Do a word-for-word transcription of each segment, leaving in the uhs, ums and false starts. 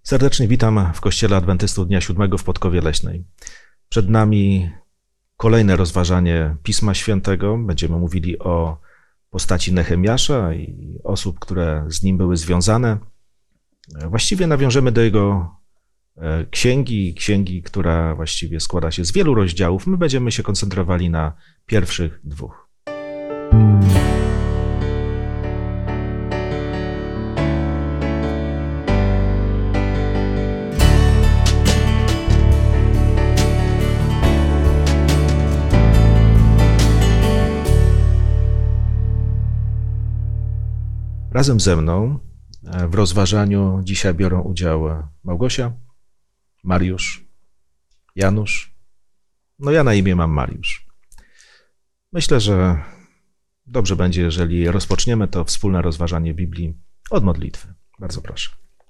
Serdecznie witam w Kościele Adwentystów Dnia Siódmego w Podkowie Leśnej. Przed nami kolejne rozważanie Pisma Świętego. Będziemy mówili o postaci Nehemiasza i osób, które z nim były związane. Właściwie nawiążemy do jego księgi, księgi, która właściwie składa się z wielu rozdziałów. My będziemy się koncentrowali na pierwszych dwóch. Razem ze mną w rozważaniu dzisiaj biorą udział Małgosia, Mariusz, Janusz. No ja na imię mam Mariusz. Myślę, że dobrze będzie, jeżeli rozpoczniemy to wspólne rozważanie Biblii od modlitwy. Bardzo proszę.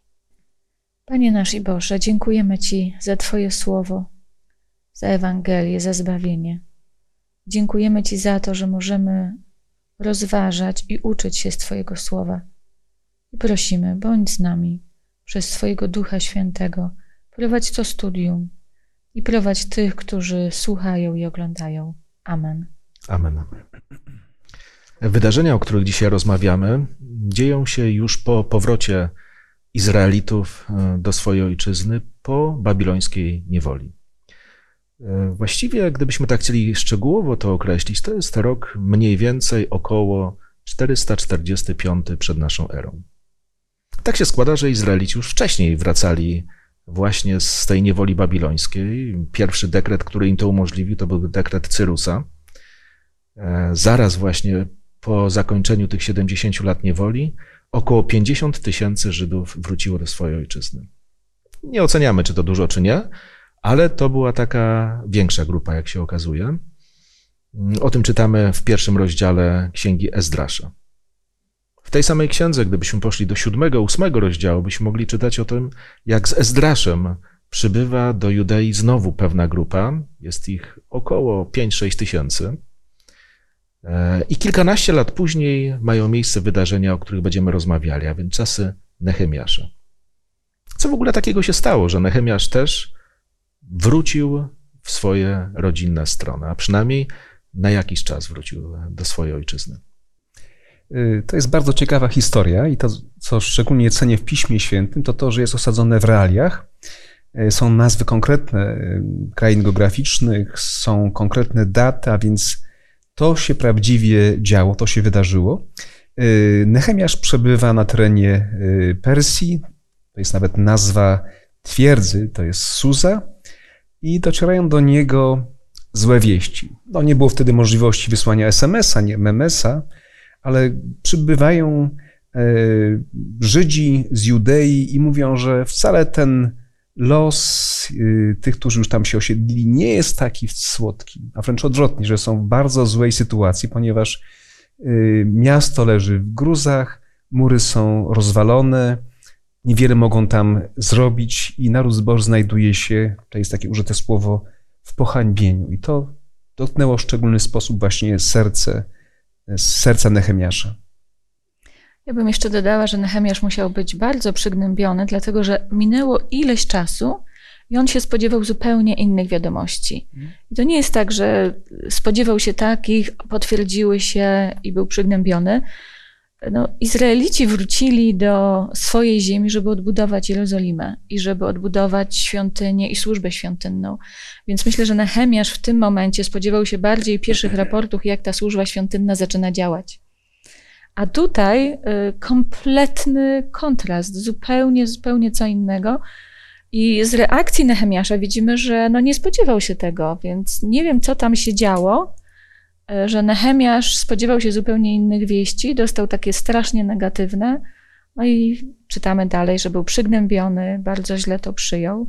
Panie nasz i Boże, dziękujemy Ci za Twoje słowo, za Ewangelię, za zbawienie. Dziękujemy Ci za to, że możemy rozważać i uczyć się z Twojego słowa. I prosimy, bądź z nami przez Twojego Ducha Świętego. Prowadź to studium i prowadź tych, którzy słuchają i oglądają. Amen. Amen. Wydarzenia, o których dzisiaj rozmawiamy, dzieją się już po powrocie Izraelitów do swojej ojczyzny po babilońskiej niewoli. Właściwie, gdybyśmy tak chcieli szczegółowo to określić, to jest rok mniej więcej około czterysta czterdziesty piąty przed naszą erą. Tak się składa, że Izraelici już wcześniej wracali właśnie z tej niewoli babilońskiej. Pierwszy dekret, który im to umożliwił, to był dekret Cyrusa. Zaraz właśnie po zakończeniu tych siedemdziesięciu lat niewoli około pięćdziesiąt tysięcy Żydów wróciło do swojej ojczyzny. Nie oceniamy, czy to dużo, czy nie, ale to była taka większa grupa, jak się okazuje. O tym czytamy w pierwszym rozdziale Księgi Ezdrasza. W tej samej księdze, gdybyśmy poszli do siódmego, ósmego rozdziału, byśmy mogli czytać o tym, jak z Ezdraszem przybywa do Judei znowu pewna grupa. Jest ich około pięć sześć tysięcy. I kilkanaście lat później mają miejsce wydarzenia, o których będziemy rozmawiali, a więc czasy Nehemiasza. Co w ogóle takiego się stało, że Nehemiasz też wrócił w swoje rodzinne strony, a przynajmniej na jakiś czas wrócił do swojej ojczyzny? To jest bardzo ciekawa historia i to, co szczególnie cenię w Piśmie Świętym, to to, że jest osadzone w realiach. Są nazwy konkretne krain geograficznych, są konkretne daty, a więc to się prawdziwie działo, to się wydarzyło. Nehemiasz przebywa na terenie Persji, to jest nawet nazwa twierdzy, to jest Susa, i docierają do niego złe wieści. No, nie było wtedy możliwości wysłania es em es a, nie em em es a, ale przybywają Żydzi z Judei i mówią, że wcale ten los tych, którzy już tam się osiedlili, nie jest taki słodki, a wręcz odwrotnie, że są w bardzo złej sytuacji, ponieważ miasto leży w gruzach, mury są rozwalone, niewiele mogą tam zrobić i naród Boży znajduje się, to jest takie użyte słowo, w pohańbieniu. I to dotknęło w szczególny sposób właśnie serce, serca Nehemiasza. Ja bym jeszcze dodała, że Nehemiasz musiał być bardzo przygnębiony, dlatego że minęło ileś czasu i on się spodziewał zupełnie innych wiadomości. I to nie jest tak, że spodziewał się takich, potwierdziły się i był przygnębiony. No, Izraelici wrócili do swojej ziemi, żeby odbudować Jerozolimę i żeby odbudować świątynię i służbę świątynną. Więc myślę, że Nehemiasz w tym momencie spodziewał się bardziej pierwszych raportów, jak ta służba świątynna zaczyna działać. A tutaj y, kompletny kontrast, zupełnie, zupełnie co innego. I z reakcji Nehemiasza widzimy, że no nie spodziewał się tego, więc nie wiem, co tam się działo, że Nehemiasz spodziewał się zupełnie innych wieści, dostał takie strasznie negatywne, no i czytamy dalej, że był przygnębiony, bardzo źle to przyjął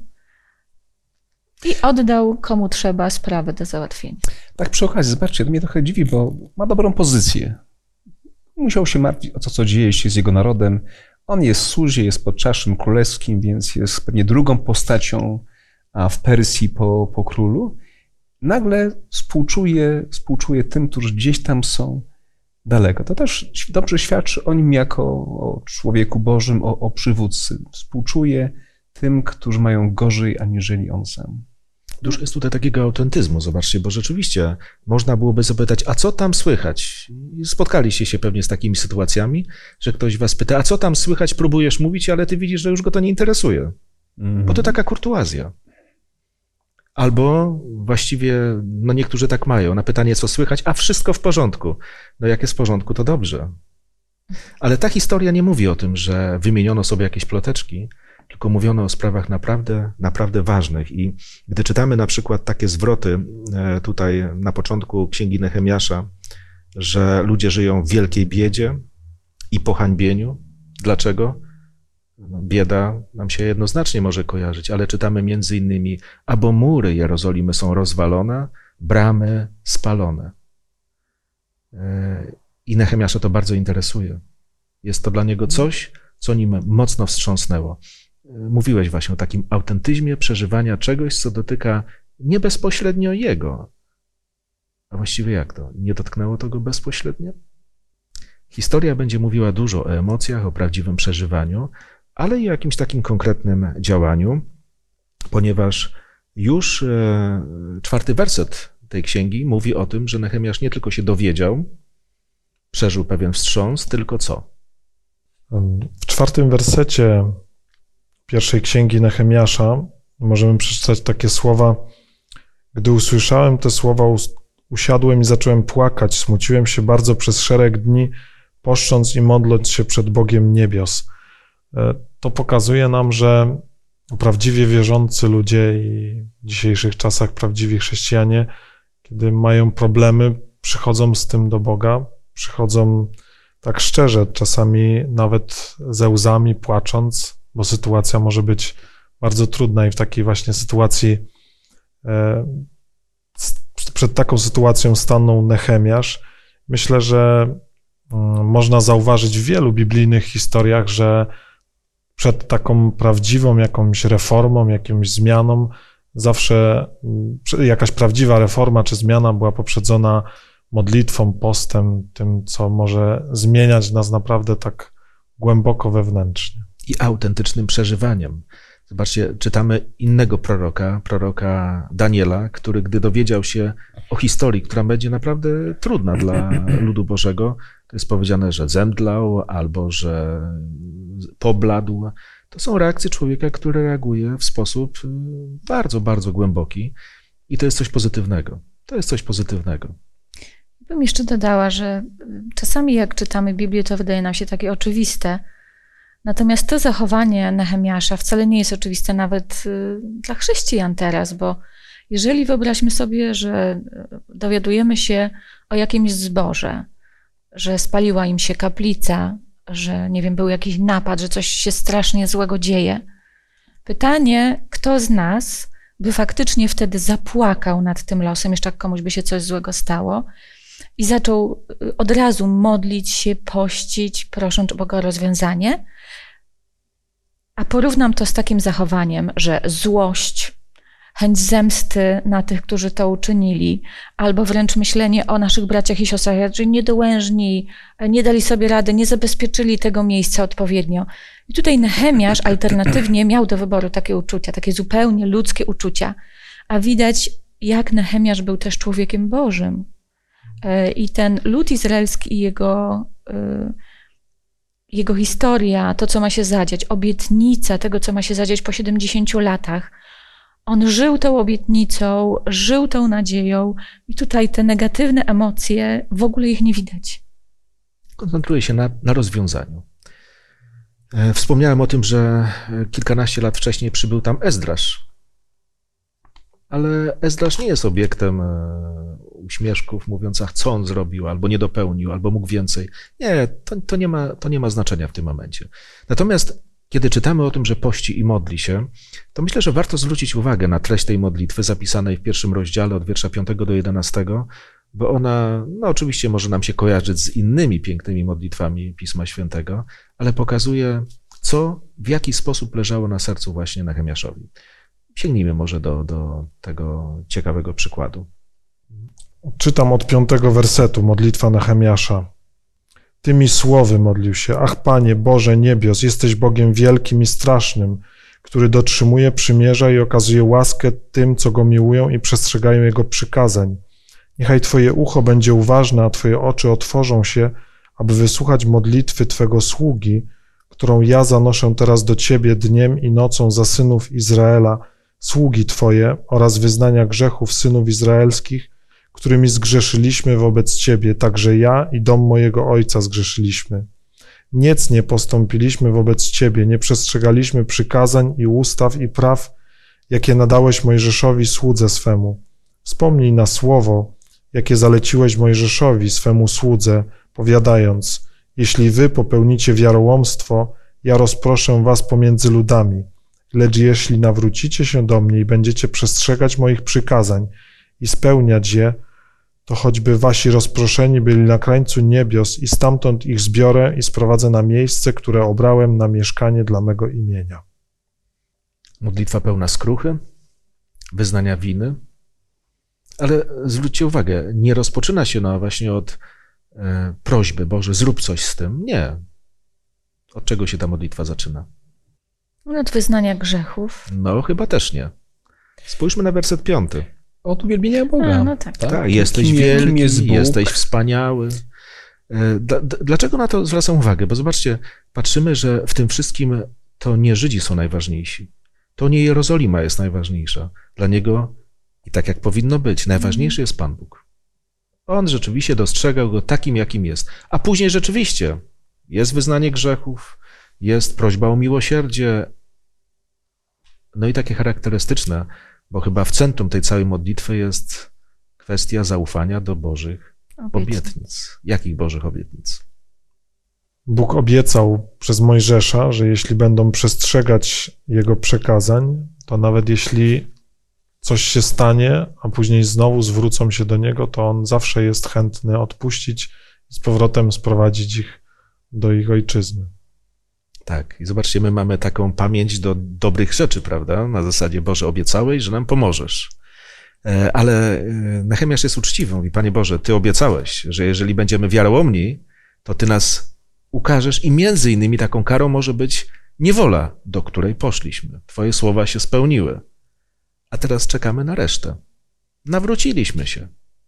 i oddał komu trzeba sprawę do załatwienia. Tak przy okazji, zobaczcie, to mnie trochę dziwi, bo ma dobrą pozycję. Musiał się martwić o to, co dzieje się z jego narodem. On jest w Suzie, jest pod czaszym królewskim, więc jest pewnie drugą postacią w Persji po, po królu. Nagle współczuje, współczuje tym, którzy gdzieś tam są daleko. To też dobrze świadczy o nim jako o człowieku Bożym, o, o przywódcy. Współczuje tym, którzy mają gorzej aniżeli on sam. Dużo jest tutaj takiego autentyzmu, zobaczcie, bo rzeczywiście można byłoby zapytać, a co tam słychać? I spotkaliście się pewnie z takimi sytuacjami, że ktoś was pyta, a co tam słychać, próbujesz mówić, ale ty widzisz, że już go to nie interesuje. Mm-hmm. Bo to taka kurtuazja. Albo właściwie, no niektórzy tak mają, na pytanie, co słychać, a wszystko w porządku. No jak jest w porządku, to dobrze. Ale ta historia nie mówi o tym, że wymieniono sobie jakieś ploteczki, tylko mówiono o sprawach naprawdę, naprawdę ważnych. I gdy czytamy na przykład takie zwroty tutaj na początku Księgi Nehemiasza, że ludzie żyją w wielkiej biedzie i pohańbieniu. Dlaczego? No, bieda nam się jednoznacznie może kojarzyć, ale czytamy między innymi, a bo mury Jerozolimy są rozwalone, bramy spalone. I Nehemiasza to bardzo interesuje. Jest to dla niego coś, co nim mocno wstrząsnęło. Mówiłeś właśnie o takim autentyzmie przeżywania czegoś, co dotyka nie bezpośrednio jego. A właściwie jak to? Nie dotknęło to go bezpośrednio? Historia będzie mówiła dużo o emocjach, o prawdziwym przeżywaniu, ale i o jakimś takim konkretnym działaniu, ponieważ już czwarty werset tej księgi mówi o tym, że Nehemiasz nie tylko się dowiedział, przeżył pewien wstrząs, tylko co? W czwartym wersecie pierwszej księgi Nehemiasza możemy przeczytać takie słowa: gdy usłyszałem te słowa, usiadłem i zacząłem płakać, smuciłem się bardzo przez szereg dni, poszcząc i modląc się przed Bogiem niebios. To pokazuje nam, że prawdziwie wierzący ludzie i w dzisiejszych czasach prawdziwi chrześcijanie, kiedy mają problemy, przychodzą z tym do Boga, przychodzą tak szczerze, czasami nawet ze łzami, płacząc, bo sytuacja może być bardzo trudna i w takiej właśnie sytuacji, przed taką sytuacją stanął Nehemiasz. Myślę, że można zauważyć w wielu biblijnych historiach, że przed taką prawdziwą jakąś reformą, jakąś zmianą, zawsze jakaś prawdziwa reforma czy zmiana była poprzedzona modlitwą, postem, tym, co może zmieniać nas naprawdę tak głęboko wewnętrznie. I autentycznym przeżywaniem. Zobaczcie, czytamy innego proroka, proroka Daniela, który gdy dowiedział się o historii, która będzie naprawdę trudna dla ludu Bożego, to jest powiedziane, że zemdlał albo że pobladł. To są reakcje człowieka, który reaguje w sposób bardzo, bardzo głęboki i to jest coś pozytywnego. To jest coś pozytywnego. Bym jeszcze dodała, że czasami jak czytamy Biblię, to wydaje nam się takie oczywiste, natomiast to zachowanie Nehemiasza wcale nie jest oczywiste nawet dla chrześcijan teraz, bo jeżeli wyobraźmy sobie, że dowiadujemy się o jakimś zborze, że spaliła im się kaplica, że nie wiem, był jakiś napad, że coś się strasznie złego dzieje. Pytanie, kto z nas by faktycznie wtedy zapłakał nad tym losem, jeszcze jak komuś by się coś złego stało i zaczął od razu modlić się, pościć, prosząc Boga o rozwiązanie, a porównam to z takim zachowaniem, że złość, chęć zemsty na tych, którzy to uczynili, albo wręcz myślenie o naszych braciach i siostrach, że niedołężni, nie dali sobie rady, nie zabezpieczyli tego miejsca odpowiednio. I tutaj Nehemiasz alternatywnie miał do wyboru takie uczucia, takie zupełnie ludzkie uczucia, a widać, jak Nehemiasz był też człowiekiem Bożym. I ten lud izraelski i jego, jego historia, to, co ma się zadziać, obietnica tego, co ma się zadziać po siedemdziesięciu latach, on żył tą obietnicą, żył tą nadzieją i tutaj te negatywne emocje, w ogóle ich nie widać. Koncentruje się na, na rozwiązaniu. Wspomniałem o tym, że kilkanaście lat wcześniej przybył tam Ezdrasz. Ale Ezdrasz nie jest obiektem uśmieszków, mówiąc, ach, co on zrobił, albo nie dopełnił, albo mógł więcej. Nie, to, to, nie ma, to nie ma znaczenia w tym momencie. Natomiast kiedy czytamy o tym, że pości i modli się, to myślę, że warto zwrócić uwagę na treść tej modlitwy zapisanej w pierwszym rozdziale od wiersza piątego do jedenastego, bo ona, no oczywiście może nam się kojarzyć z innymi pięknymi modlitwami Pisma Świętego, ale pokazuje, co, w jaki sposób leżało na sercu właśnie Nehemiaszowi. Sięgnijmy może do, do tego ciekawego przykładu. Czytam od piątego wersetu, modlitwa Nehemiasza. Tymi słowy modlił się: ach, Panie Boże niebios, jesteś Bogiem wielkim i strasznym, który dotrzymuje przymierza i okazuje łaskę tym, co go miłują i przestrzegają jego przykazań. Niechaj Twoje ucho będzie uważne, a Twoje oczy otworzą się, aby wysłuchać modlitwy Twego sługi, którą ja zanoszę teraz do Ciebie dniem i nocą za synów Izraela, sługi Twoje, oraz wyznania grzechów synów izraelskich, którymi zgrzeszyliśmy wobec Ciebie, także ja i dom mojego ojca zgrzeszyliśmy. Nic nie postąpiliśmy wobec Ciebie, nie przestrzegaliśmy przykazań i ustaw i praw, jakie nadałeś Mojżeszowi słudze swemu. Wspomnij na słowo, jakie zaleciłeś Mojżeszowi, swemu słudze, powiadając: jeśli wy popełnicie wiarołomstwo, ja rozproszę was pomiędzy ludami. Lecz jeśli nawrócicie się do mnie i będziecie przestrzegać moich przykazań i spełniać je, to choćby wasi rozproszeni byli na krańcu niebios i stamtąd ich zbiorę i sprowadzę na miejsce, które obrałem na mieszkanie dla mego imienia. Modlitwa pełna skruchy, wyznania winy, ale zwróćcie uwagę, nie rozpoczyna się ona właśnie od e, prośby: Boże, zrób coś z tym. Nie. Od czego się ta modlitwa zaczyna? Od wyznania grzechów. No, chyba też nie. Spójrzmy na werset piąty. Od uwielbienia Boga. A, no tak. Tak, Tak, jesteś kim, wielki, kim jest Bóg. jesteś wspaniały. Dla, dlaczego na to zwracam uwagę? Bo zobaczcie, patrzymy, że w tym wszystkim to nie Żydzi są najważniejsi. To nie Jerozolima jest najważniejsza. Dla niego, i tak jak powinno być, najważniejszy jest Pan Bóg. On rzeczywiście dostrzegał go takim, jakim jest. A później rzeczywiście jest wyznanie grzechów, jest prośba o miłosierdzie. No i takie charakterystyczne, bo chyba w centrum tej całej modlitwy jest kwestia zaufania do Bożych obietnic. Jakich Bożych obietnic? Bóg obiecał przez Mojżesza, że jeśli będą przestrzegać Jego przekazań, to nawet jeśli coś się stanie, a później znowu zwrócą się do Niego, to On zawsze jest chętny odpuścić i z powrotem sprowadzić ich do ich ojczyzny. Tak, i zobaczcie, my mamy taką pamięć do dobrych rzeczy, prawda? Na zasadzie: Boże, obiecałeś, że nam pomożesz. Ale Nehemiasz jest uczciwy. Mówi: Panie Boże, Ty obiecałeś, że jeżeli będziemy wiarołomni, to Ty nas ukażesz i między innymi taką karą może być niewola, do której poszliśmy. Twoje słowa się spełniły. A teraz czekamy na resztę. Nawróciliśmy się.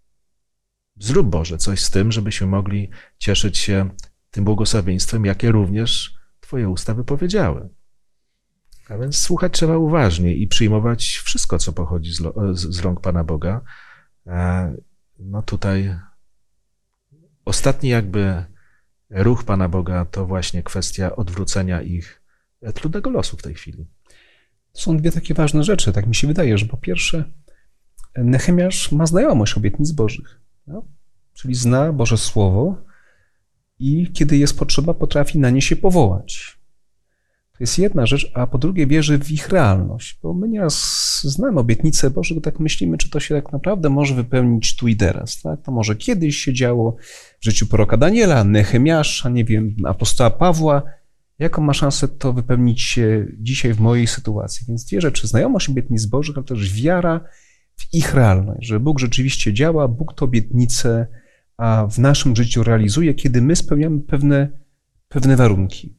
Zrób, Boże, coś z tym, żebyśmy mogli cieszyć się tym błogosławieństwem, jakie również Twoje usta wypowiedziały. A więc słuchać trzeba uważnie i przyjmować wszystko, co pochodzi z, z, z rąk Pana Boga. No tutaj ostatni jakby ruch Pana Boga to właśnie kwestia odwrócenia ich trudnego losu w tej chwili. Są dwie takie ważne rzeczy, tak mi się wydaje, że po pierwsze Nehemiasz ma znajomość obietnic Bożych, no? Czyli zna Boże Słowo i kiedy jest potrzeba, potrafi na nie się powołać. To jest jedna rzecz, a po drugie wierzy w ich realność, bo my nieraz znamy obietnice Boże, tak myślimy, czy to się tak naprawdę może wypełnić tu i teraz. Tak? To może kiedyś się działo w życiu proroka Daniela, Nehemiasza, nie wiem, apostoła Pawła. Jaką ma szansę to wypełnić się dzisiaj w mojej sytuacji? Więc dwie rzeczy: znajomość obietnic Bożych, ale też wiara w ich realność, że Bóg rzeczywiście działa, Bóg to obietnice a w naszym życiu realizuje, kiedy my spełniamy pewne, pewne warunki.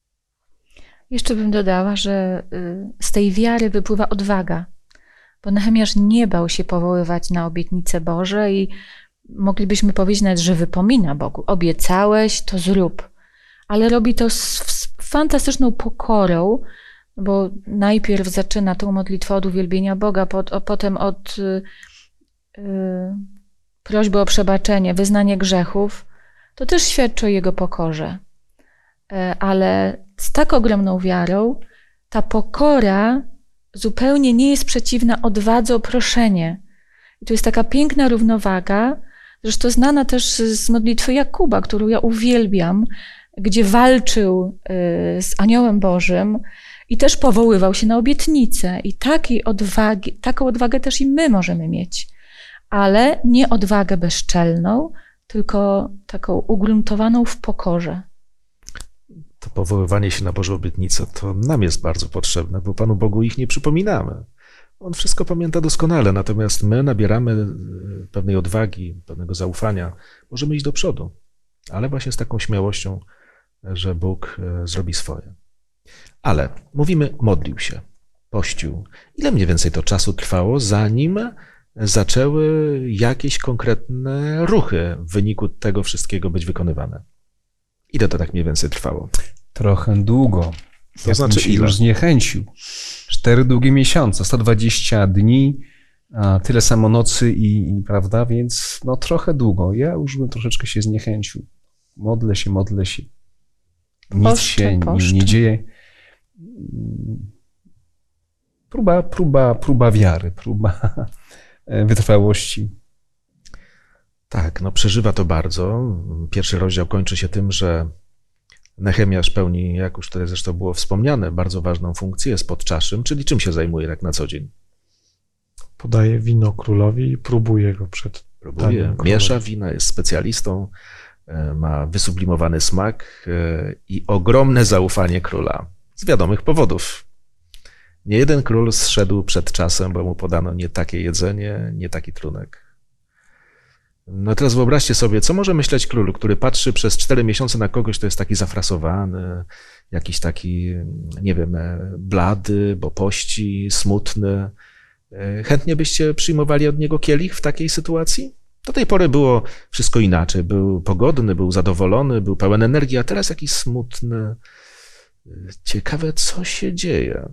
Jeszcze bym dodała, że z tej wiary wypływa odwaga, bo Nehemiasz nie bał się powoływać na obietnice Boże i moglibyśmy powiedzieć nawet, że wypomina Bogu: obiecałeś, to zrób. Ale robi to z fantastyczną pokorą, bo najpierw zaczyna tą modlitwę od uwielbienia Boga, a potem od y, y, prośby o przebaczenie, wyznanie grzechów. To też świadczy o jego pokorze. Y, ale z tak ogromną wiarą ta pokora zupełnie nie jest przeciwna odwadze o proszenie. I to jest taka piękna równowaga, zresztą znana też z modlitwy Jakuba, którą ja uwielbiam, gdzie walczył z aniołem Bożym i też powoływał się na obietnicę. I takiej odwagi, taką odwagę też i my możemy mieć. Ale nie odwagę bezczelną, tylko taką ugruntowaną w pokorze. To powoływanie się na Boże obietnice to nam jest bardzo potrzebne, bo Panu Bogu ich nie przypominamy. On wszystko pamięta doskonale, natomiast my nabieramy pewnej odwagi, pewnego zaufania. Możemy iść do przodu, ale właśnie z taką śmiałością, że Bóg zrobi swoje. Ale mówimy, modlił się, pościł. Ile mniej więcej to czasu trwało, zanim zaczęły jakieś konkretne ruchy w wyniku tego wszystkiego być wykonywane? Ile to tak mniej więcej trwało? Trochę długo. To Ja znaczy się ile? już zniechęcił. Cztery długie miesiące, sto dwadzieścia dni, a tyle samo nocy i, i prawda, więc no trochę długo. Ja już bym troszeczkę się zniechęcił. Modlę się, modlę się. Nic Poszczę, się nie, poszczę. nie dzieje. Próba, próba, próba wiary, próba wytrwałości. Tak, no przeżywa to bardzo. Pierwszy rozdział kończy się tym, że Nehemiasz pełni, jak już tutaj zresztą było wspomniane, bardzo ważną funkcję, jest podczaszym, czyli czym się zajmuje tak na co dzień? Podaje wino królowi i próbuje go przed Próbuje, daniem królowi. miesza wina, jest specjalistą, e, ma wysublimowany smak e, i ogromne zaufanie króla. Z wiadomych powodów. Nie jeden król zszedł przed czasem, bo mu podano nie takie jedzenie, nie taki trunek. No teraz wyobraźcie sobie, co może myśleć król, który patrzy przez cztery miesiące na kogoś, kto jest taki zafrasowany, jakiś taki, nie wiem, blady, bo pości, smutny. Chętnie byście przyjmowali od niego kielich w takiej sytuacji? Do tej pory było wszystko inaczej. Był pogodny, był zadowolony, był pełen energii, a teraz jakiś smutny. Ciekawe, co się dzieje.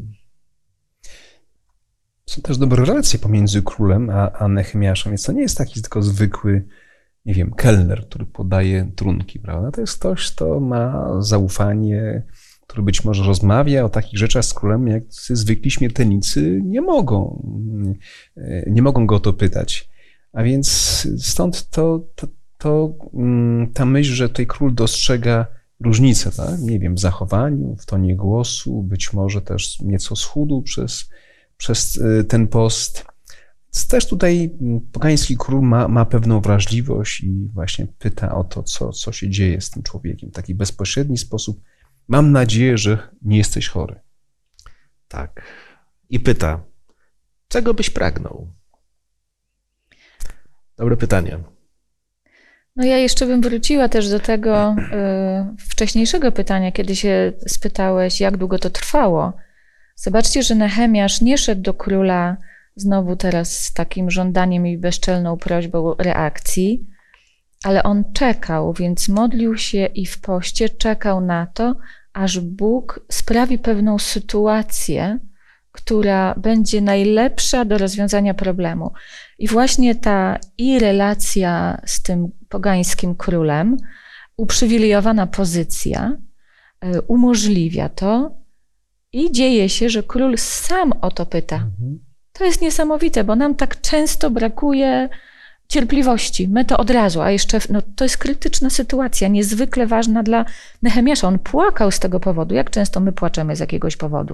Są też dobre relacje pomiędzy królem a, a Nehemiaszem, więc to nie jest taki tylko zwykły, nie wiem, kelner, który podaje trunki, prawda? To jest ktoś, kto ma zaufanie, który być może rozmawia o takich rzeczach z królem, jak zwykli śmiertelnicy nie mogą. Nie mogą go o to pytać. A więc stąd to, to, to ta myśl, że tutaj król dostrzega różnicę, tak? Nie wiem, w zachowaniu, w tonie głosu, być może też nieco schudł przez przez ten post. Też tutaj pogański król ma, ma pewną wrażliwość i właśnie pyta o to, co, co się dzieje z tym człowiekiem w taki bezpośredni sposób. Mam nadzieję, że nie jesteś chory. Tak. I pyta, czego byś pragnął? Dobre pytanie. No ja jeszcze bym wróciła też do tego y, wcześniejszego pytania, kiedy się spytałeś, jak długo to trwało. Zobaczcie, że Nehemiasz nie szedł do króla znowu teraz z takim żądaniem i bezczelną prośbą reakcji, ale on czekał, więc modlił się i w poście czekał na to, aż Bóg sprawi pewną sytuację, która będzie najlepsza do rozwiązania problemu. I właśnie ta i relacja z tym pogańskim królem, uprzywilejowana pozycja umożliwia to, i dzieje się, że król sam o to pyta. Mhm. To jest niesamowite, bo nam tak często brakuje cierpliwości. My to od razu, a jeszcze no, to jest krytyczna sytuacja, niezwykle ważna dla Nehemiasza. On płakał z tego powodu. Jak często my płaczemy z jakiegoś powodu?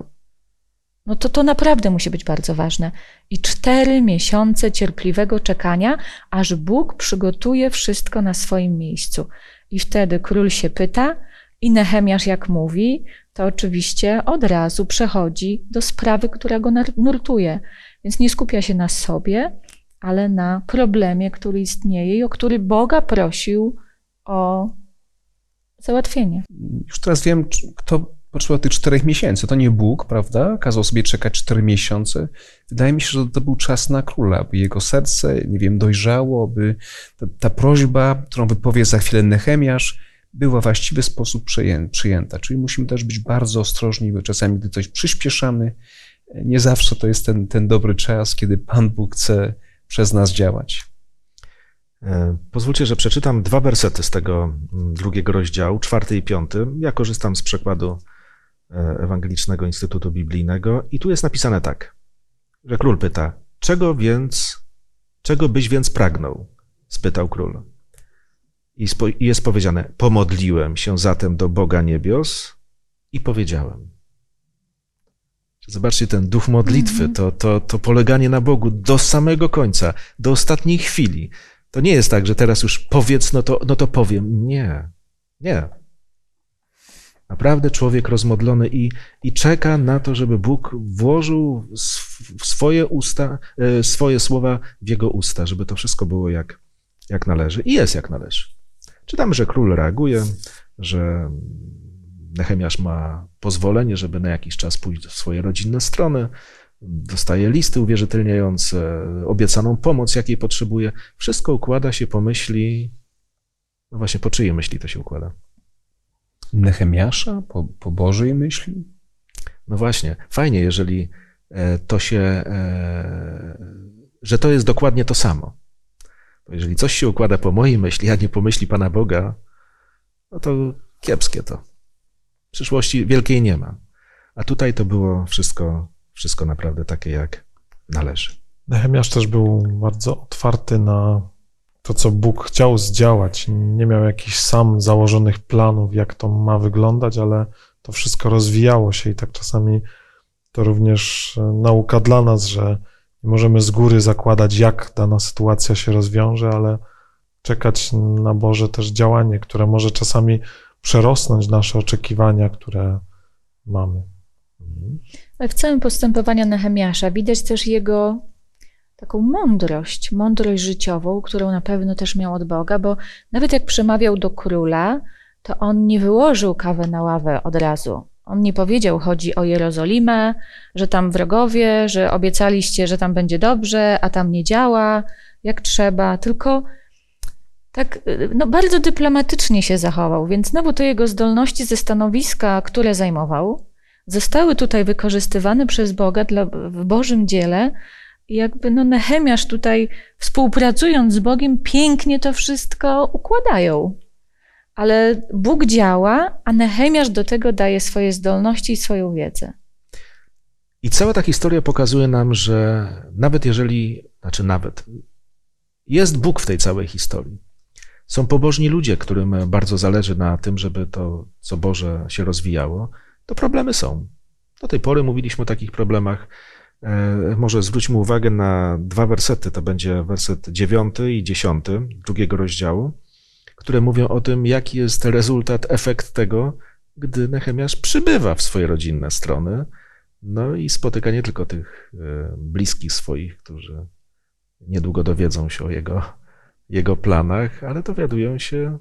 No to to naprawdę musi być bardzo ważne. I cztery miesiące cierpliwego czekania, aż Bóg przygotuje wszystko na swoim miejscu. I wtedy król się pyta i Nehemiasz, jak mówi, to oczywiście od razu przechodzi do sprawy, która go nurtuje. Więc nie skupia się na sobie, ale na problemie, który istnieje i o który Boga prosił o załatwienie. Już teraz wiem, kto potrzebował tych czterech miesięcy. To nie Bóg, prawda? Kazał sobie czekać cztery miesiące. Wydaje mi się, że to był czas na króla, by jego serce, nie wiem, dojrzało, by ta, ta prośba, którą wypowie za chwilę Nehemiasz, była w właściwy sposób przyjęta. Czyli musimy też być bardzo ostrożni, bo czasami, gdy coś przyspieszamy, nie zawsze to jest ten, ten dobry czas, kiedy Pan Bóg chce przez nas działać. Pozwólcie, że przeczytam dwa wersety z tego drugiego rozdziału, czwarty i piąty. Ja korzystam z przekładu Ewangelicznego Instytutu Biblijnego i tu jest napisane tak, że król pyta, czego więc, czego byś więc pragnął? Spytał król. I jest powiedziane, pomodliłem się zatem do Boga niebios i powiedziałem. Zobaczcie, ten duch modlitwy, to, to, to poleganie na Bogu do samego końca, do ostatniej chwili. To nie jest tak, że teraz już powiedz, no to, no to powiem. Nie, nie. Naprawdę człowiek rozmodlony i, i czeka na to, żeby Bóg włożył swoje usta, swoje słowa w jego usta, żeby to wszystko było jak, jak należy. I jest jak należy. Czytamy, że król reaguje, że Nehemiasz ma pozwolenie, żeby na jakiś czas pójść w swoje rodzinne strony, dostaje listy uwierzytelniające, obiecaną pomoc, jakiej potrzebuje. Wszystko układa się po myśli, no właśnie po czyjej myśli to się układa? Nehemiasza? Po, po Bożej myśli? No właśnie, fajnie, jeżeli to się, że to jest dokładnie to samo. Bo jeżeli coś się układa po mojej myśli, a nie po myśli Pana Boga, no to kiepskie to. Przyszłości wielkiej nie ma. A tutaj to było wszystko, wszystko naprawdę takie, jak należy. Nehemiasz też był bardzo otwarty na to, co Bóg chciał zdziałać. Nie miał jakichś sam założonych planów, jak to ma wyglądać, ale to wszystko rozwijało się i tak czasami to również nauka dla nas, że nie możemy z góry zakładać, jak dana sytuacja się rozwiąże, ale czekać na Boże też działanie, które może czasami przerosnąć nasze oczekiwania, które mamy. Ale w całym postępowaniu Nehemiasza widać też jego taką mądrość, mądrość życiową, którą na pewno też miał od Boga, bo nawet jak przemawiał do króla, to on nie wyłożył kawę na ławę od razu. On nie powiedział, chodzi o Jerozolimę, że tam wrogowie, że obiecaliście, że tam będzie dobrze, a tam nie działa jak trzeba, tylko tak no, bardzo dyplomatycznie się zachował, więc znowu te jego zdolności ze stanowiska, które zajmował, zostały tutaj wykorzystywane przez Boga dla, w Bożym dziele i jakby no Nehemiasz tutaj współpracując z Bogiem pięknie to wszystko układają. Ale Bóg działa, a Nehemiasz do tego daje swoje zdolności i swoją wiedzę. I cała ta historia pokazuje nam, że nawet jeżeli, znaczy nawet, jest Bóg w tej całej historii. Są pobożni ludzie, którym bardzo zależy na tym, żeby to, co Boże, się rozwijało, to problemy są. Do tej pory mówiliśmy o takich problemach. Może zwróćmy uwagę na dwa wersety, to będzie werset dziewiąty i dziesiąty drugiego rozdziału, które mówią o tym, jaki jest rezultat, efekt tego, gdy Nehemiasz przybywa w swoje rodzinne strony, no i spotyka nie tylko tych bliskich swoich, którzy niedługo dowiedzą się o jego, jego planach, ale dowiadują się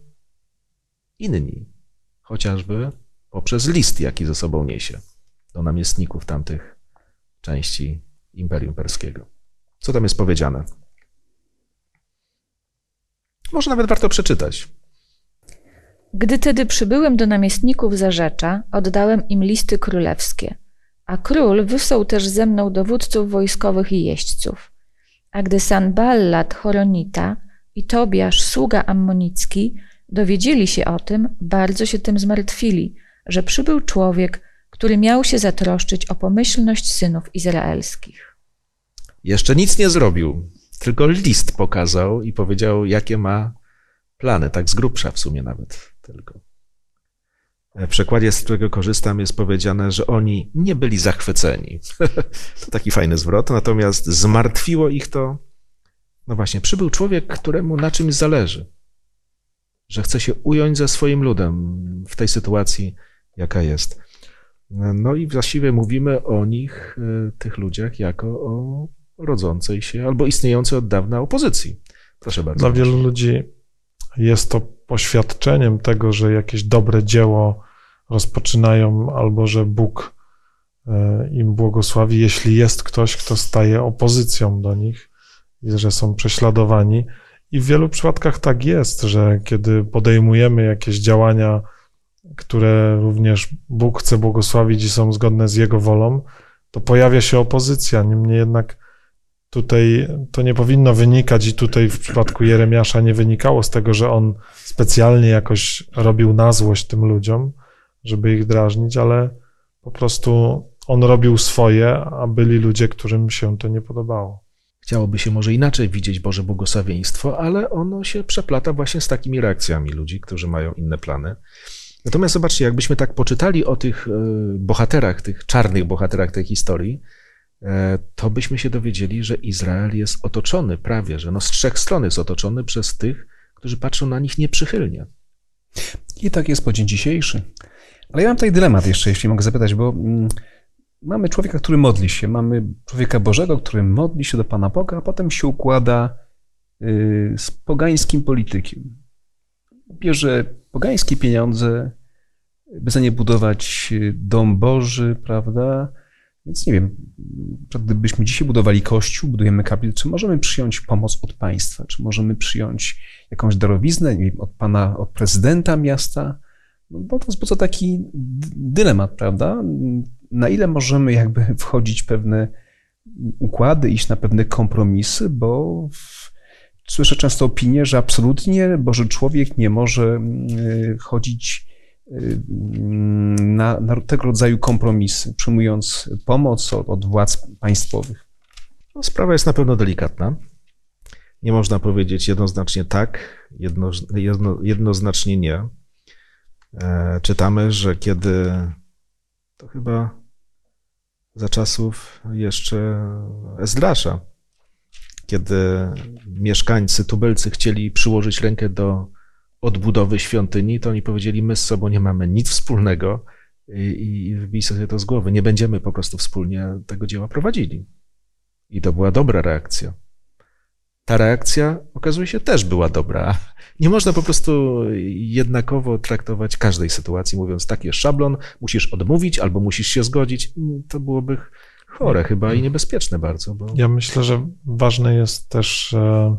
inni, chociażby poprzez list, jaki ze sobą niesie do namiestników tamtych części Imperium Perskiego. Co tam jest powiedziane? Może nawet warto przeczytać. Gdy tedy przybyłem do namiestników Zarzecza, oddałem im listy królewskie, a król wysłał też ze mną dowódców wojskowych i jeźdźców. A gdy Sanballat Horonita i Tobiasz, sługa ammonicki, dowiedzieli się o tym, bardzo się tym zmartwili, że przybył człowiek, który miał się zatroszczyć o pomyślność synów izraelskich. Jeszcze nic nie zrobił, tylko list pokazał i powiedział, jakie ma plany, tak z grubsza w sumie nawet tylko. W przekładzie, z którego korzystam, jest powiedziane, że oni nie byli zachwyceni. To taki fajny zwrot, natomiast zmartwiło ich to, no właśnie, przybył człowiek, któremu na czymś zależy, że chce się ująć ze swoim ludem w tej sytuacji, jaka jest. No i właściwie mówimy o nich, tych ludziach, jako o rodzącej się albo istniejącej od dawna opozycji. Proszę bardzo. Dla wielu ludzi jest to poświadczeniem tego, że jakieś dobre dzieło rozpoczynają albo że Bóg im błogosławi, jeśli jest ktoś, kto staje opozycją do nich i że są prześladowani. I w wielu przypadkach tak jest, że kiedy podejmujemy jakieś działania, które również Bóg chce błogosławić i są zgodne z Jego wolą, to pojawia się opozycja. Niemniej jednak tutaj to nie powinno wynikać i tutaj w przypadku Jeremiasza nie wynikało z tego, że on specjalnie jakoś robił na złość tym ludziom, żeby ich drażnić, ale po prostu on robił swoje, a byli ludzie, którym się to nie podobało. Chciałoby się może inaczej widzieć Boże błogosławieństwo, ale ono się przeplata właśnie z takimi reakcjami ludzi, którzy mają inne plany. Natomiast zobaczcie, jakbyśmy tak poczytali o tych bohaterach, tych czarnych bohaterach tej historii, to byśmy się dowiedzieli, że Izrael jest otoczony prawie, że no z trzech stron jest otoczony przez tych, którzy patrzą na nich nieprzychylnie. I tak jest po dzień dzisiejszy. Ale ja mam tutaj dylemat jeszcze, jeśli mogę zapytać, bo mamy człowieka, który modli się, mamy człowieka Bożego, który modli się do Pana Boga, a potem się układa z pogańskim politykiem. Bierze pogańskie pieniądze, by za nie budować dom Boży, prawda? Więc nie wiem, gdybyśmy dzisiaj budowali kościół, budujemy kaplicę, czy możemy przyjąć pomoc od państwa, czy możemy przyjąć jakąś darowiznę, nie wiem, od pana, od prezydenta miasta? No to wzbudza taki dylemat, prawda? Na ile możemy jakby wchodzić w pewne układy, iść na pewne kompromisy, bo słyszę często opinię, że absolutnie Boży człowiek nie może chodzić na, na tego rodzaju kompromisy, przyjmując pomoc od, od władz państwowych. No, sprawa jest na pewno delikatna. Nie można powiedzieć jednoznacznie tak, jedno, jedno, jednoznacznie nie. E, czytamy, że kiedy to chyba za czasów jeszcze Ezdrasza, kiedy mieszkańcy tubylcy chcieli przyłożyć rękę do odbudowy świątyni, to oni powiedzieli, my z sobą nie mamy nic wspólnego i, i wbij sobie to z głowy. Nie będziemy po prostu wspólnie tego dzieła prowadzili. I to była dobra reakcja. Ta reakcja, okazuje się, też była dobra. Nie można po prostu jednakowo traktować każdej sytuacji, mówiąc, tak jest szablon, musisz odmówić albo musisz się zgodzić. To byłoby chore chyba i niebezpieczne bardzo. Bo... Ja myślę, że ważne jest też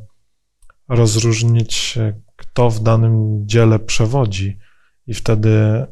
rozróżnić, kto w danym dziele przewodzi i wtedy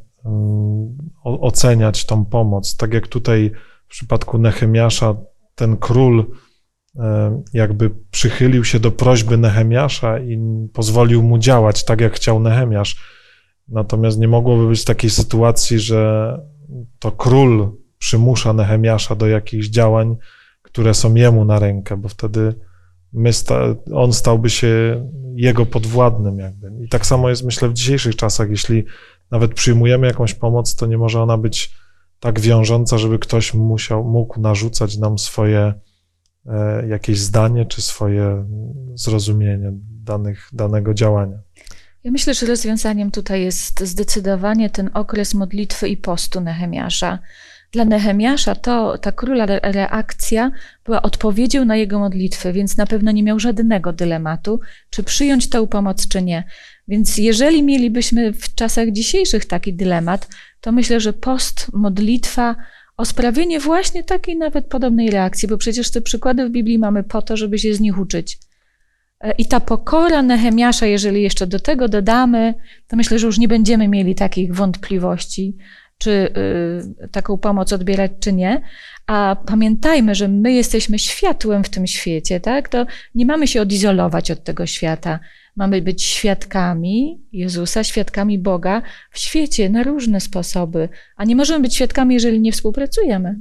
oceniać tą pomoc. Tak jak tutaj w przypadku Nehemiasza ten król jakby przychylił się do prośby Nehemiasza i pozwolił mu działać tak, jak chciał Nehemiasz. Natomiast nie mogłoby być takiej sytuacji, że to król przymusza Nehemiasza do jakichś działań, które są jemu na rękę, bo wtedy my sta- on stałby się jego podwładnym jakby. I tak samo jest, myślę, w dzisiejszych czasach. Jeśli nawet przyjmujemy jakąś pomoc, to nie może ona być tak wiążąca, żeby ktoś musiał, mógł narzucać nam swoje e, jakieś zdanie czy swoje zrozumienie danych, danego działania. Ja myślę, że rozwiązaniem tutaj jest zdecydowanie ten okres modlitwy i postu Nehemiasza. Dla Nehemiasza to ta króla reakcja była odpowiedzią na jego modlitwę, więc na pewno nie miał żadnego dylematu, czy przyjąć tę pomoc, czy nie. Więc jeżeli mielibyśmy w czasach dzisiejszych taki dylemat, to myślę, że post, modlitwa o sprawienie właśnie takiej nawet podobnej reakcji, bo przecież te przykłady w Biblii mamy po to, żeby się z nich uczyć. I ta pokora Nehemiasza, jeżeli jeszcze do tego dodamy, to myślę, że już nie będziemy mieli takich wątpliwości, czy y, taką pomoc odbierać, czy nie. A pamiętajmy, że my jesteśmy światłem w tym świecie, tak? To nie mamy się odizolować od tego świata. Mamy być świadkami Jezusa, świadkami Boga w świecie na różne sposoby. A nie możemy być świadkami, jeżeli nie współpracujemy.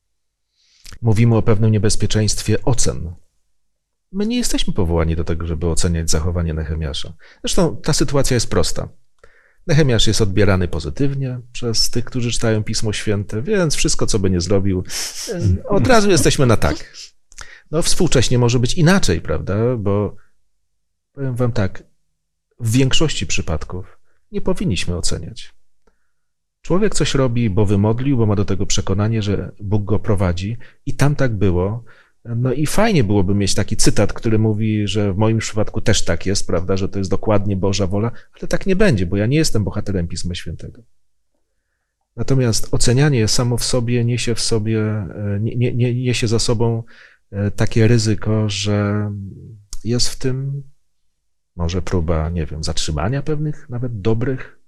Mówimy o pewnym niebezpieczeństwie ocen. My nie jesteśmy powołani do tego, żeby oceniać zachowanie Nehemiasza. Zresztą ta sytuacja jest prosta. Nehemiasz jest odbierany pozytywnie przez tych, którzy czytają Pismo Święte, więc wszystko, co by nie zrobił, od razu jesteśmy na tak. No współcześnie może być inaczej, prawda? Bo powiem wam tak, w większości przypadków nie powinniśmy oceniać. Człowiek coś robi, bo wymodlił, bo ma do tego przekonanie, że Bóg go prowadzi i tam tak było. No i fajnie byłoby mieć taki cytat, który mówi, że w moim przypadku też tak jest, prawda, że to jest dokładnie Boża wola, ale tak nie będzie, bo ja nie jestem bohaterem Pisma Świętego. Natomiast ocenianie samo w sobie niesie w sobie, nie, nie, nie, niesie za sobą takie ryzyko, że jest w tym może próba, nie wiem, zatrzymania pewnych nawet dobrych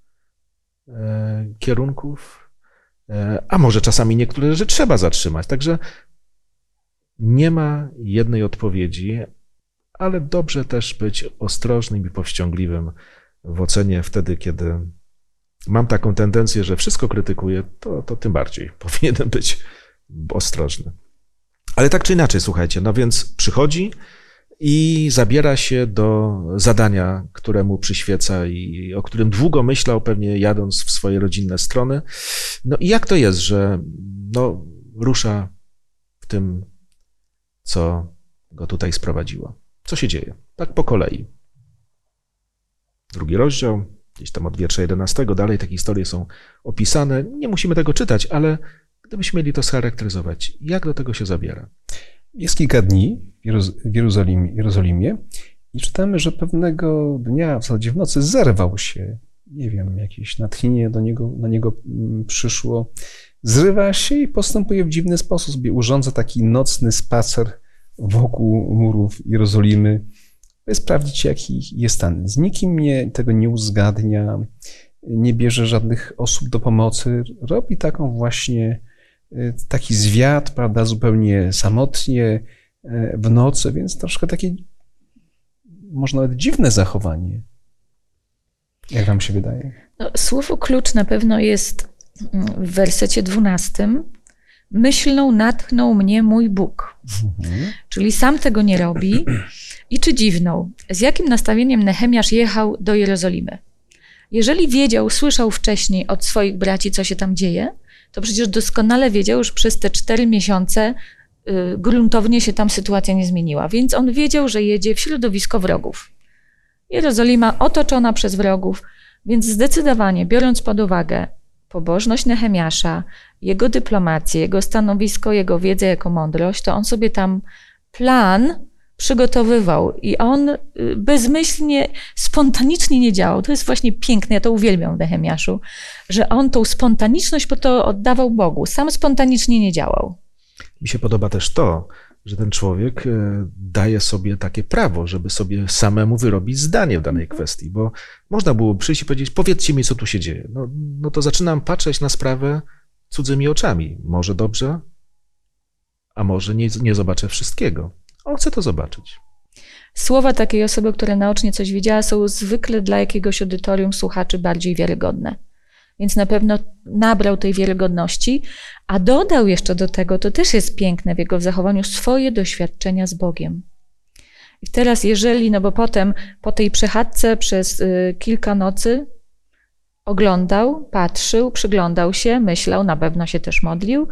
e, kierunków, e, a może czasami niektóre rzeczy trzeba zatrzymać. Także nie ma jednej odpowiedzi, ale dobrze też być ostrożnym i powściągliwym w ocenie wtedy, kiedy mam taką tendencję, że wszystko krytykuję, to, to tym bardziej powinienem być ostrożny. Ale tak czy inaczej, słuchajcie, no więc przychodzi i zabiera się do zadania, któremu przyświeca i o którym długo myślał, pewnie jadąc w swoje rodzinne strony. No i jak to jest, że no, rusza w tym, co go tutaj sprowadziło? Co się dzieje? Tak po kolei. Drugi rozdział, gdzieś tam od wiersza jedenastego, dalej te historie są opisane. Nie musimy tego czytać, ale gdybyśmy mieli to scharakteryzować, jak do tego się zabiera? Jest kilka dni w Jerozolimie, Jerozolimie i czytamy, że pewnego dnia, w zasadzie w nocy, zerwał się nie wiem, jakieś natchnienie do niego, na niego przyszło, zrywa się i postępuje w dziwny sposób. Sobie urządza taki nocny spacer wokół murów Jerozolimy, by sprawdzić, jaki jest stan. Z nikim mnie tego nie uzgadnia, nie bierze żadnych osób do pomocy. Robi taką właśnie, taki zwiat, prawda, zupełnie samotnie w nocy, więc troszkę takie, może nawet dziwne zachowanie. Jak wam się wydaje? No, słowo klucz na pewno jest w wersecie dwunastym. Myślną natchnął mnie mój Bóg. Mhm. Czyli sam tego nie robi. I czy dziwną? Z jakim nastawieniem Nehemiasz jechał do Jerozolimy? Jeżeli wiedział, słyszał wcześniej od swoich braci, co się tam dzieje, to przecież doskonale wiedział, już przez te cztery miesiące y, gruntownie się tam sytuacja nie zmieniła. Więc on wiedział, że jedzie w środowisko wrogów. Jerozolima otoczona przez wrogów, więc zdecydowanie, biorąc pod uwagę pobożność Nehemiasza, jego dyplomację, jego stanowisko, jego wiedzę jako mądrość, to on sobie tam plan przygotowywał i on bezmyślnie, spontanicznie nie działał. To jest właśnie piękne, ja to uwielbiam w Nehemiaszu, że on tą spontaniczność po to oddawał Bogu. Sam spontanicznie nie działał. Mi się podoba też to, że ten człowiek daje sobie takie prawo, żeby sobie samemu wyrobić zdanie w danej kwestii, bo można było przyjść i powiedzieć, powiedzcie mi, co tu się dzieje. No, no to zaczynam patrzeć na sprawę cudzymi oczami. Może dobrze, a może nie, nie zobaczę wszystkiego. On chce to zobaczyć. Słowa takiej osoby, która naocznie coś widziała, są zwykle dla jakiegoś audytorium słuchaczy bardziej wiarygodne. Więc na pewno nabrał tej wiarygodności, a dodał jeszcze do tego, to też jest piękne w jego zachowaniu, swoje doświadczenia z Bogiem. I teraz jeżeli, no bo potem po tej przechadzce przez y, kilka nocy oglądał, patrzył, przyglądał się, myślał, na pewno się też modlił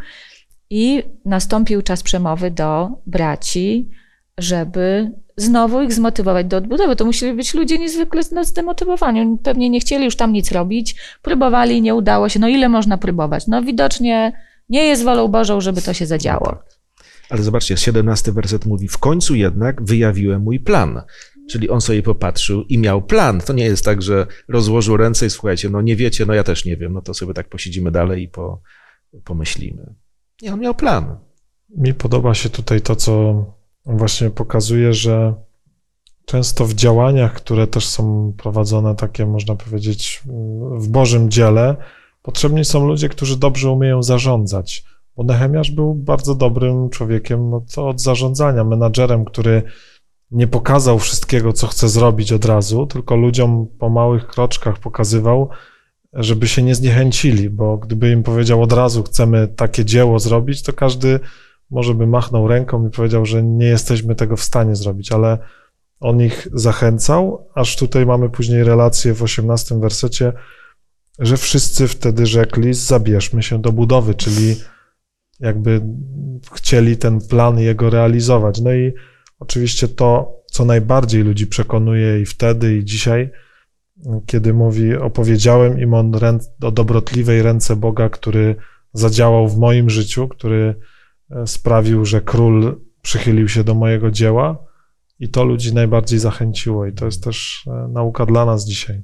i nastąpił czas przemowy do braci, żeby znowu ich zmotywować do odbudowy. To musieli być ludzie niezwykle zdemotywowani. Oni pewnie nie chcieli już tam nic robić, próbowali, nie udało się. No ile można próbować? No widocznie nie jest wolą Bożą, żeby to się zadziało. No tak. Ale zobaczcie, siedemnasty werset mówi, w końcu jednak wyjawiłem mój plan. Czyli on sobie popatrzył i miał plan. To nie jest tak, że rozłożył ręce i słuchajcie, no nie wiecie, no ja też nie wiem, no to sobie tak posiedzimy dalej i po, pomyślimy. Nie, on miał plan. Mi podoba się tutaj to, co właśnie pokazuje, że często w działaniach, które też są prowadzone takie, można powiedzieć, w Bożym dziele, potrzebni są ludzie, którzy dobrze umieją zarządzać. Bo Nehemiasz był bardzo dobrym człowiekiem no to od zarządzania, menadżerem, który nie pokazał wszystkiego, co chce zrobić od razu, tylko ludziom po małych kroczkach pokazywał, żeby się nie zniechęcili, bo gdyby im powiedział od razu, chcemy takie dzieło zrobić, to każdy może by machnął ręką i powiedział, że nie jesteśmy tego w stanie zrobić, ale on ich zachęcał, aż tutaj mamy później relację w osiemnastym wersecie, że wszyscy wtedy rzekli, zabierzmy się do budowy, czyli jakby chcieli ten plan jego realizować. No i oczywiście to, co najbardziej ludzi przekonuje i wtedy, i dzisiaj, kiedy mówi, opowiedziałem im o, rę- o dobrotliwej ręce Boga, który zadziałał w moim życiu, który sprawił, że król przychylił się do mojego dzieła i to ludzi najbardziej zachęciło i to jest też nauka dla nas dzisiaj.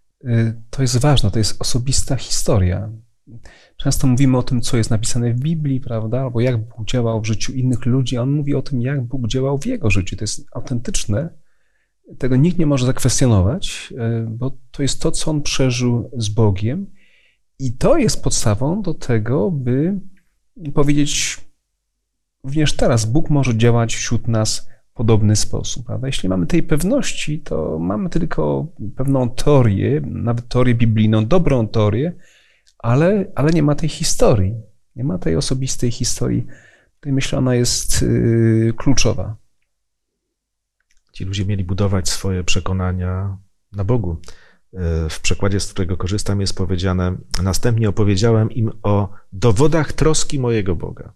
To jest ważne, to jest osobista historia. Często mówimy o tym, co jest napisane w Biblii, prawda, albo jak Bóg działał w życiu innych ludzi, a on mówi o tym, jak Bóg działał w jego życiu. To jest autentyczne, tego nikt nie może zakwestionować, bo to jest to, co on przeżył z Bogiem i to jest podstawą do tego, by powiedzieć, również teraz Bóg może działać wśród nas w podobny sposób, prawda? Jeśli mamy tej pewności, to mamy tylko pewną teorię, nawet teorię biblijną, dobrą teorię, ale, ale nie ma tej historii, nie ma tej osobistej historii. Tutaj myślę, ona jest yy, kluczowa. Ci ludzie mieli budować swoje przekonania na Bogu. W przekładzie, z którego korzystam, jest powiedziane, następnie opowiedziałem im o dowodach troski mojego Boga.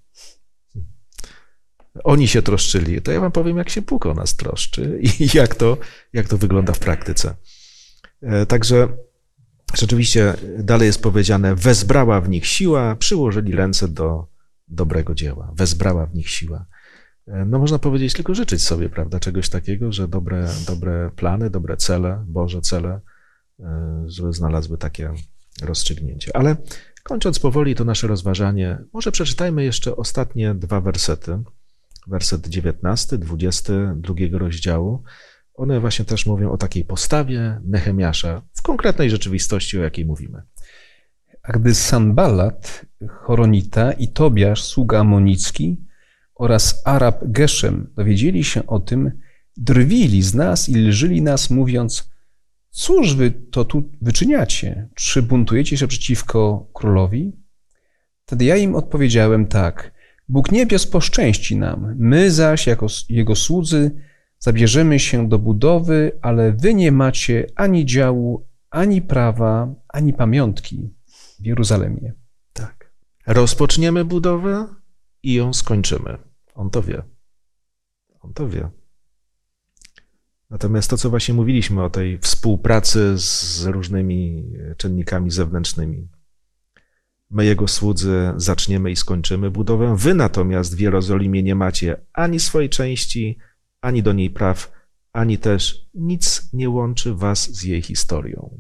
Oni się troszczyli, to ja wam powiem, jak się Bóg o nas troszczy i jak to, jak to wygląda w praktyce. Także rzeczywiście dalej jest powiedziane, wezbrała w nich siła, przyłożyli ręce do dobrego dzieła. Wezbrała w nich siła. No można powiedzieć, tylko życzyć sobie, prawda, czegoś takiego, że dobre, dobre plany, dobre cele, Boże cele żeby znalazły takie rozstrzygnięcie. Ale kończąc powoli to nasze rozważanie, może przeczytajmy jeszcze ostatnie dwa wersety. Werset dziewiętnasty, dwudziesty drugiego rozdziału. One właśnie też mówią o takiej postawie Nehemiasza w konkretnej rzeczywistości, o jakiej mówimy. A gdy Sanballat, Choronita i Tobiasz, sługa amonicki oraz Arab Geszem dowiedzieli się o tym, drwili z nas i lżyli nas, mówiąc: cóż wy to tu wyczyniacie? Czy buntujecie się przeciwko królowi? Wtedy ja im odpowiedziałem tak: Bóg niebios poszczęści nam, my zaś jako Jego słudzy zabierzemy się do budowy, ale wy nie macie ani działu, ani prawa, ani pamiątki w Jeruzalemie. Tak. Rozpoczniemy budowę i ją skończymy. On to wie. On to wie. Natomiast to, co właśnie mówiliśmy o tej współpracy z różnymi czynnikami zewnętrznymi. My, Jego słudzy, zaczniemy i skończymy budowę. Wy natomiast w Jerozolimie nie macie ani swojej części, ani do niej praw, ani też nic nie łączy was z jej historią.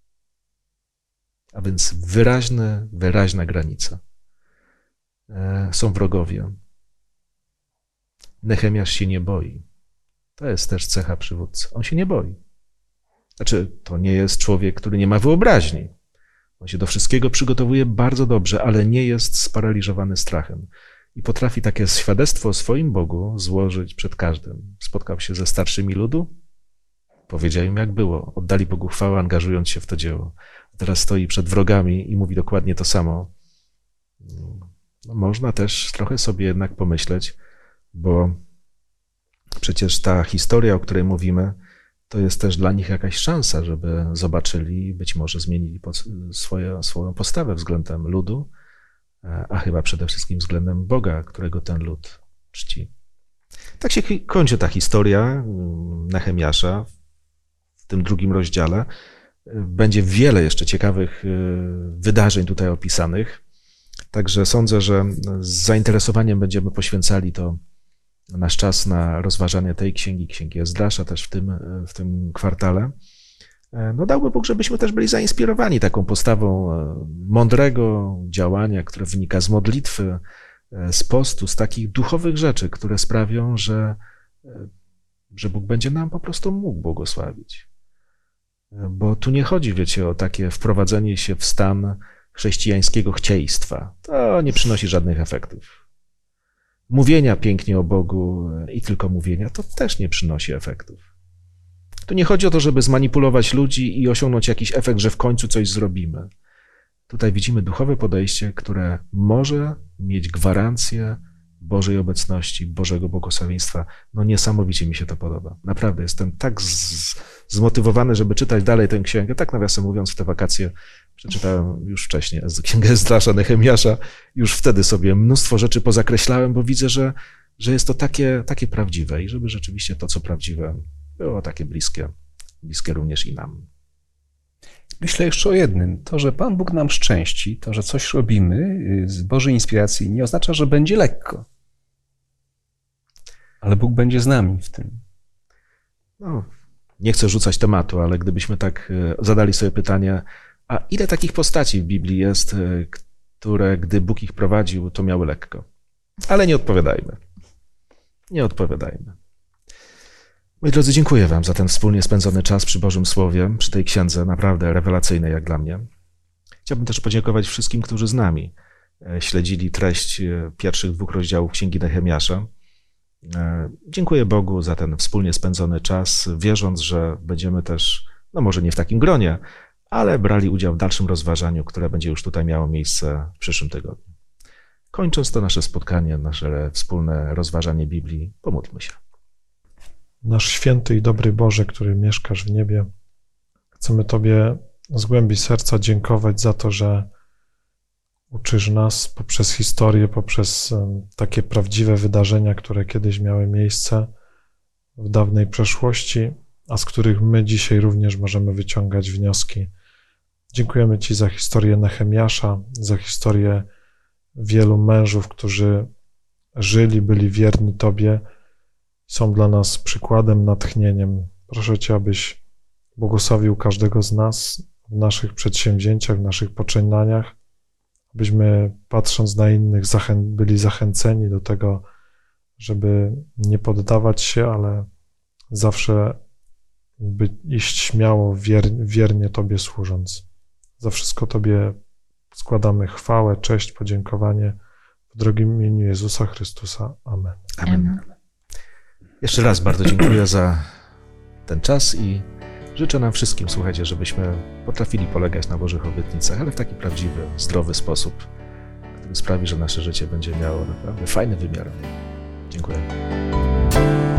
A więc wyraźne, wyraźna granica. Są wrogowie. Nehemiasz się nie boi. To jest też cecha przywódcy. On się nie boi. Znaczy, to nie jest człowiek, który nie ma wyobraźni. On się do wszystkiego przygotowuje bardzo dobrze, ale nie jest sparaliżowany strachem. I potrafi takie świadectwo o swoim Bogu złożyć przed każdym. Spotkał się ze starszymi ludu, powiedział im, jak było. Oddali Bogu chwałę, angażując się w to dzieło. A teraz stoi przed wrogami i mówi dokładnie to samo. No, można też trochę sobie jednak pomyśleć, bo przecież ta historia, o której mówimy, to jest też dla nich jakaś szansa, żeby zobaczyli i być może zmienili swoje, swoją postawę względem ludu, a chyba przede wszystkim względem Boga, którego ten lud czci. Tak się kończy ta historia Nehemiasza w tym drugim rozdziale. Będzie wiele jeszcze ciekawych wydarzeń tutaj opisanych, także sądzę, że z zainteresowaniem będziemy poświęcali to nasz czas na rozważanie tej księgi, księgi Ezdrasza też w tym, w tym kwartale. No dałby Bóg, żebyśmy też byli zainspirowani taką postawą mądrego działania, które wynika z modlitwy, z postu, z takich duchowych rzeczy, które sprawią, że, że Bóg będzie nam po prostu mógł błogosławić. Bo tu nie chodzi, wiecie, o takie wprowadzenie się w stan chrześcijańskiego chcieństwa. To nie przynosi żadnych efektów. Mówienia pięknie o Bogu i tylko mówienia, to też nie przynosi efektów. Tu nie chodzi o to, żeby zmanipulować ludzi i osiągnąć jakiś efekt, że w końcu coś zrobimy. Tutaj widzimy duchowe podejście, które może mieć gwarancję Bożej obecności, Bożego błogosławieństwa. No niesamowicie mi się to podoba. Naprawdę jestem tak z, zmotywowany, żeby czytać dalej tę księgę. Tak nawiasem mówiąc, w te wakacje przeczytałem już wcześniej księgę Ezdrasza, Nehemiasza. Już wtedy sobie mnóstwo rzeczy pozakreślałem, bo widzę, że, że jest to takie, takie prawdziwe i żeby rzeczywiście to, co prawdziwe, było takie bliskie, bliskie również i nam. Myślę jeszcze o jednym. To, że Pan Bóg nam szczęści, to, że coś robimy z Bożej inspiracji, nie oznacza, że będzie lekko. Ale Bóg będzie z nami w tym. No, nie chcę rzucać tematu, ale gdybyśmy tak zadali sobie pytanie, a ile takich postaci w Biblii jest, które gdy Bóg ich prowadził, to miały lekko? Ale nie odpowiadajmy. Nie odpowiadajmy. Moi drodzy, dziękuję wam za ten wspólnie spędzony czas przy Bożym Słowie, przy tej księdze, naprawdę rewelacyjnej jak dla mnie. Chciałbym też podziękować wszystkim, którzy z nami śledzili treść pierwszych dwóch rozdziałów Księgi Nehemiasza. Dziękuję Bogu za ten wspólnie spędzony czas, wierząc, że będziemy też, no może nie w takim gronie, ale brali udział w dalszym rozważaniu, które będzie już tutaj miało miejsce w przyszłym tygodniu. Kończąc to nasze spotkanie, nasze wspólne rozważanie Biblii, pomódlmy się. Nasz święty i dobry Boże, który mieszkasz w niebie, chcemy Tobie z głębi serca dziękować za to, że uczysz nas poprzez historię, poprzez takie prawdziwe wydarzenia, które kiedyś miały miejsce w dawnej przeszłości, a z których my dzisiaj również możemy wyciągać wnioski. Dziękujemy Ci za historię Nehemiasza, za historię wielu mężów, którzy żyli, byli wierni Tobie, są dla nas przykładem, natchnieniem. Proszę Cię, abyś błogosławił każdego z nas w naszych przedsięwzięciach, w naszych poczynaniach, abyśmy patrząc na innych zachę- byli zachęceni do tego, żeby nie poddawać się, ale zawsze by iść śmiało, wier- wiernie Tobie służąc. Za wszystko Tobie składamy chwałę, cześć, podziękowanie w drogim imieniu Jezusa Chrystusa. Amen. Amen. Jeszcze raz bardzo dziękuję za ten czas i życzę nam wszystkim, słuchajcie, żebyśmy potrafili polegać na Bożych obietnicach, ale w taki prawdziwy, zdrowy sposób, który sprawi, że nasze życie będzie miało naprawdę fajny wymiar. Dziękuję.